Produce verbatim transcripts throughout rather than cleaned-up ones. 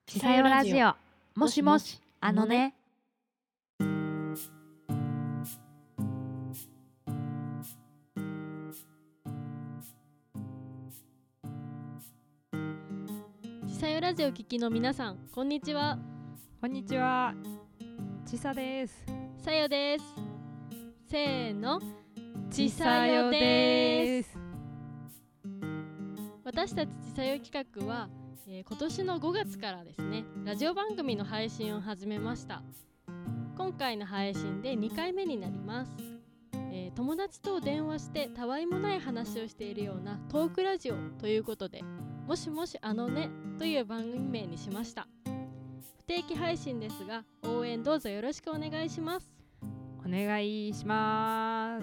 ちさよラジオ。もしもし、あのね。 ちさよラジオ聞きの皆さん、こんにちは。 こんにちは。ちさです。 さよです。せーの、 ちさよです。 私たちちさよ企画は、えー、今年のごがつからですね、ラジオ番組の配信を始めました。今回の配信でにかいめになります。えー、友達と電話してたわいもない話をしているようなトークラジオということで、もしもしあのねという番組名にしました。不定期配信ですが、応援どうぞよろしくお願いします。 お願いします。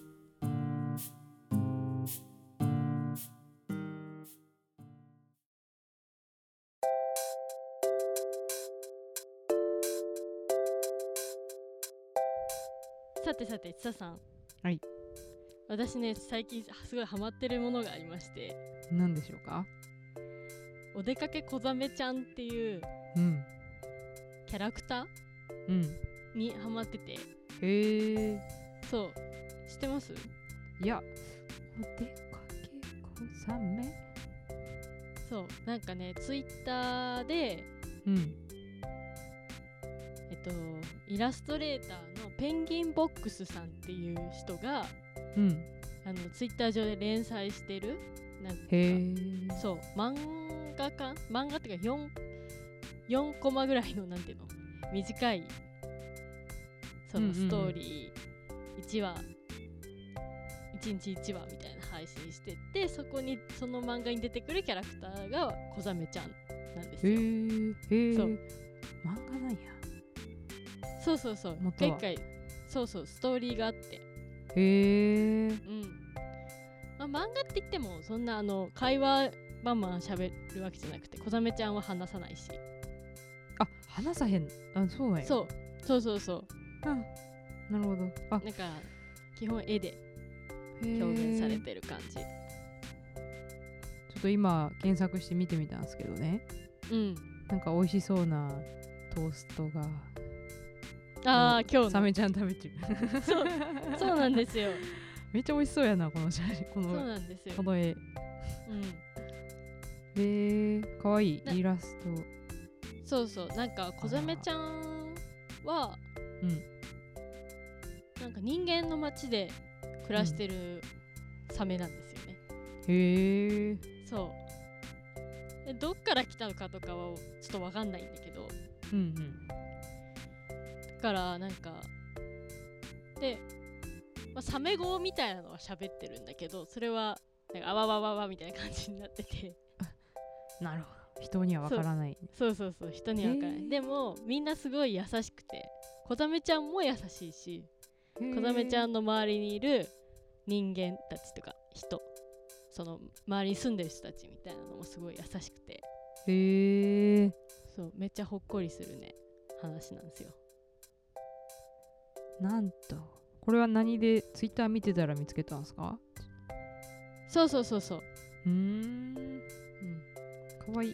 さてさて、ちささん。 はい。 私ね、最近すごいハマってるものがありまして、 何でしょうか？ おでかけこざめちゃんっていううんキャラクターうんにハマってて。 へえ。 そう、知ってます？ いや、おでかけこざめ。 そう、なんかね、ツイッターでうんえっとイラストレーターのペンギンボックスさんっていう人がうんあのツイッター上で連載してるなんか、 へえ。 そう、漫画か漫画っていうかよん、よんコマぐらいのなんていうの短いそのストーリーいちわ、いちにちいちわみたいな配信してて、そこにその漫画に出てくるキャラクターがこざめちゃんなんですへよ。 えへえ。 そう、 漫画なんや。 そうそうそう、 元は結構そうそうストーリーがあって、 へえ。 うん、まあ、漫画って言ってもそんなあの会話バンバン喋るわけじゃなくて、こざめちゃんは話さないし。 あ、話さへん。あ、そうなんや。 そうそうそうそう、 うん、なるほど。あ、 なんか基本絵でへー表現されてる感じ。 ちょっと今検索して見てみたんですけどね、 うん、 なんか美味しそうなトーストが、 ああ今日のサメちゃん食べてるそうそうなんですよ。 めっちゃ美味しそうやな、この写真、こそうのなんですよ。 この絵。 うん、 えー、かわいいなイラスト。 そうそう、なんかこざめちゃんはうんなんか人間の街で暮らしてるサメなんですよね。 へえ。 そうで、どっから来たのかとかはちょっとわかんないんだけど、 うんうんだからなんかで、まあ、サメ語みたいなのは喋ってるんだけど、それはなんかあわわわわみたいな感じになっててなるほど、人にはわからない。 そうそうそう、人には分からない。でもみんなすごい優しくて、こざめちゃんも優しいし、こざめちゃんの周りにいる人間たちとか人、その周りに住んでる人たちみたいなのもすごい優しくて、 へえ。 そう、めっちゃほっこりするね話なんですよ。 なんと、これは何でツイッター見てたら見つけたんですか？ そうそうそうそう、 うーん、 うん、 かわいい。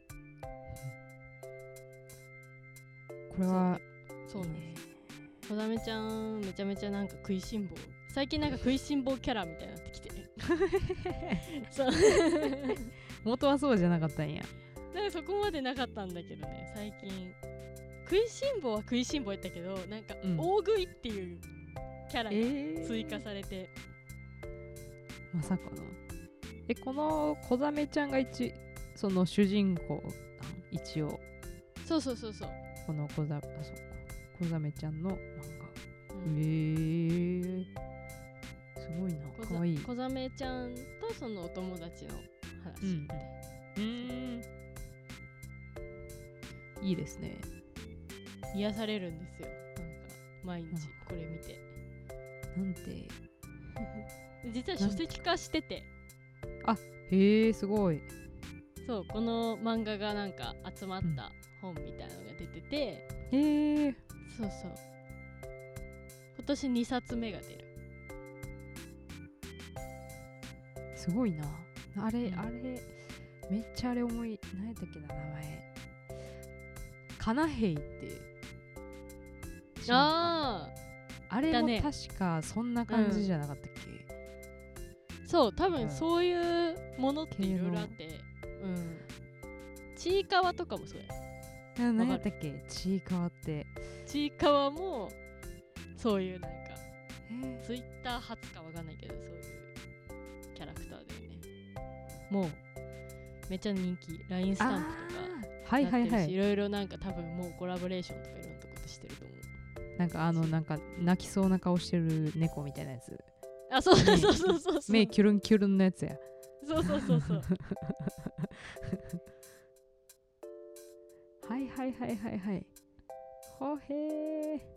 これはそうなんです。こざめちゃんめちゃめちゃなんか食いしん坊、最近なんか食いしん坊キャラみたいになってきてそう元はそうじゃなかったんや。 なんかそこまでなかったんだけどね、最近食いしん坊は食いしん坊やったけど、なんかうん大食いっていうキャラが追加されて、 えー、まさかの。え、このこざめちゃんが一その主人公なん一応。 そうそうそうそう、 このこざあそうかこざめちゃんの漫画。 うん、 へえー、すごいな、 こざかわいい。 こざめちゃんとそのお友達の話、 うんうーん、いいですね。 癒されるんですよ、なんか毎日これ見て。 なんて実は書籍化してて、 へえ、すごい。 そう、この漫画がなんか集まった本みたいなのが出てて、 へえー、 そうそう、今年にさつめが出る。 すごいな。あれ、 うん、 あれめっちゃあれ思い、何やったっけな、名前。 カナヘイってああれもだね確かそんな感じじゃなかったっけ、 ーそう多分うんそういうものっていろいろあってうんちいかわとかもそうやな何やったっけちいかわって。 ちいかわもそういうなんかえツイッター初かわかんないけどそういうキャラクターだよね。もうめっちゃ人気 ライン スタンプとかーはいはいやってるし、 はい。 いろいろなんか多分もうコラボレーションとかいろんなとことしてると思う。 なんかあのなんか泣きそうな顔してる猫みたいなやつ。 あそうそうそうそうそう目キュルンキュルンのやつや。 そうそうそうそうはいはいはいはいはい。ほへー。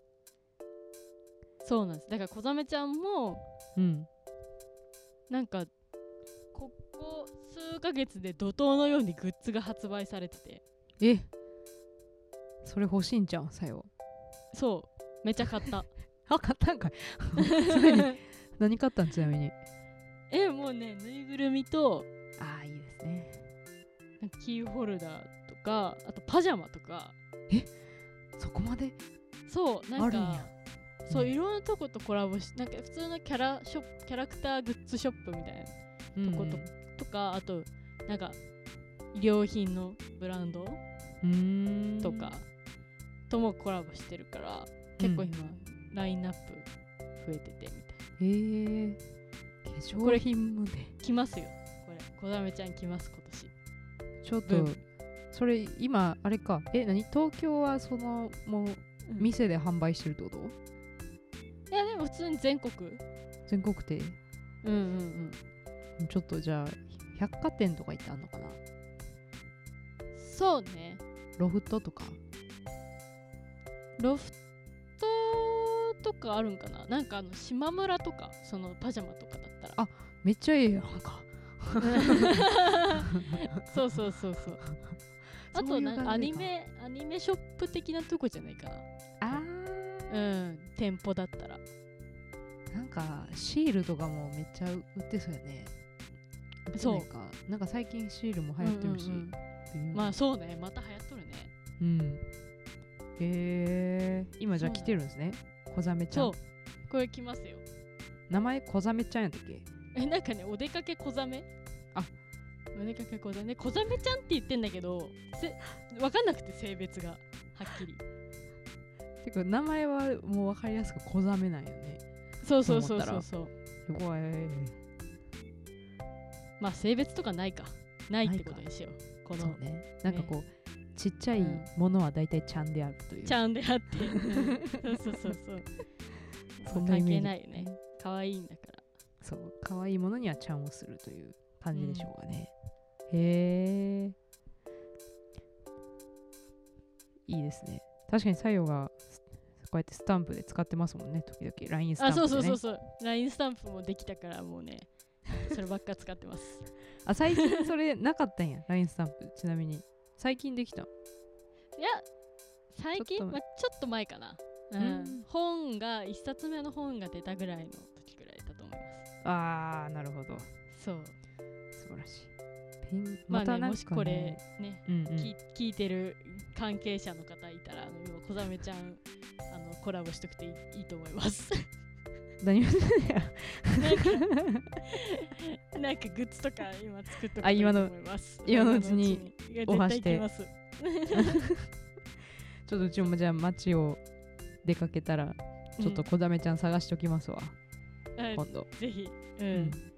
そうなんです。だから小ザメちゃんもうん。 なんかここ数ヶ月で怒涛のようにグッズが発売されてて、 えそれ欲しいんじゃんさよ。 そうめっちゃ買ったあ買ったんかい。それに何買ったんちなみに。 えもうねぬいぐるみとああいいですね。 なんかキーホルダーとかあとパジャマとかそこまでそうなんかあるんや。 そううんいろんなとことコラボしなんか普通のキャラショップキャラクターグッズショップみたいなとこと,、とかあとなんか衣料品のブランドうーんとかともコラボしてるから結構今、ラインナップ増えててみたいな。 えー、化粧品まで来ますよこれ小ザメちゃん来ます今年。 ちょっとブームそれ今あれかえ何東京はそのもううん店で販売してるってこと、 いやでも普通に全国全国でうんうんうんちょっとじゃあ百貨店とか行ってあんのかな。 そうねロフトとかロフトとかあるんかな。なんかあの島村とかそのパジャマとかだったらあめっちゃいいやんか。 そうそうそうそうあそういうとなんか感じかアニメアニメショップ的なとこじゃないかな。 あうー、 ん店舗だったらなんかシールとかもめっちゃ売ってそうやね。売ってないかなんか最近シールも流行ってるし、 うんうんうん微妙まあそうねまた流行っとるね。 うんへえー、今じゃあ来てるんですね小ザメちゃん。 そうこれ来ますよ。 名前小ザメちゃんやったっけ。 えなんかねお出かけ小ザメあお出かけ小ザメ小ザメちゃんって言ってんだけどせ分かんなくて性別がはっきり。 てか名前はもう分かりやすく小ザメなんよね。 そうそうそうそう思ったらそうそうすごい。 まあ性別とかないかないってことにしよう。このそうねなんかこう、ちっちゃいものはだいたいちゃんであるという、 ちゃんであってうんそうそうそうそうそんなイメージ関係ないよね。可愛いんだから。 そう可愛いものにはちゃんをするという感じでしょうかね、うん、へえいいですね。確かにさよがこうやってスタンプで使ってますもんね時々 ライン スタンプで、ね、 あそうそうそうそう ライン スタンプもできたからもうねそればっか使ってますあ最近それなかったんやライン スタンプ。ちなみに最近できた。 いや最近ちょっとまあ、ちょっと前かな、うんうん、 本が一冊目の本が出たぐらいの時ぐらいだと思います。 あーなるほどそう素晴らしい。ペンまあねまたなんか、ね、 もしこれね、 うんうん、 聞聞いてる関係者の方いたらあの今小ザメちゃんあのコラボしとくていいいいと思います何をしてんやなんかなんかグッズとか今作っとくといいと思います。 今のうちにオファー絶して対行きますちょっとうちもじゃあ街を出かけたらちょっと小ザメちゃん探しときますわ、 はい今度。 ぜひ、うんうん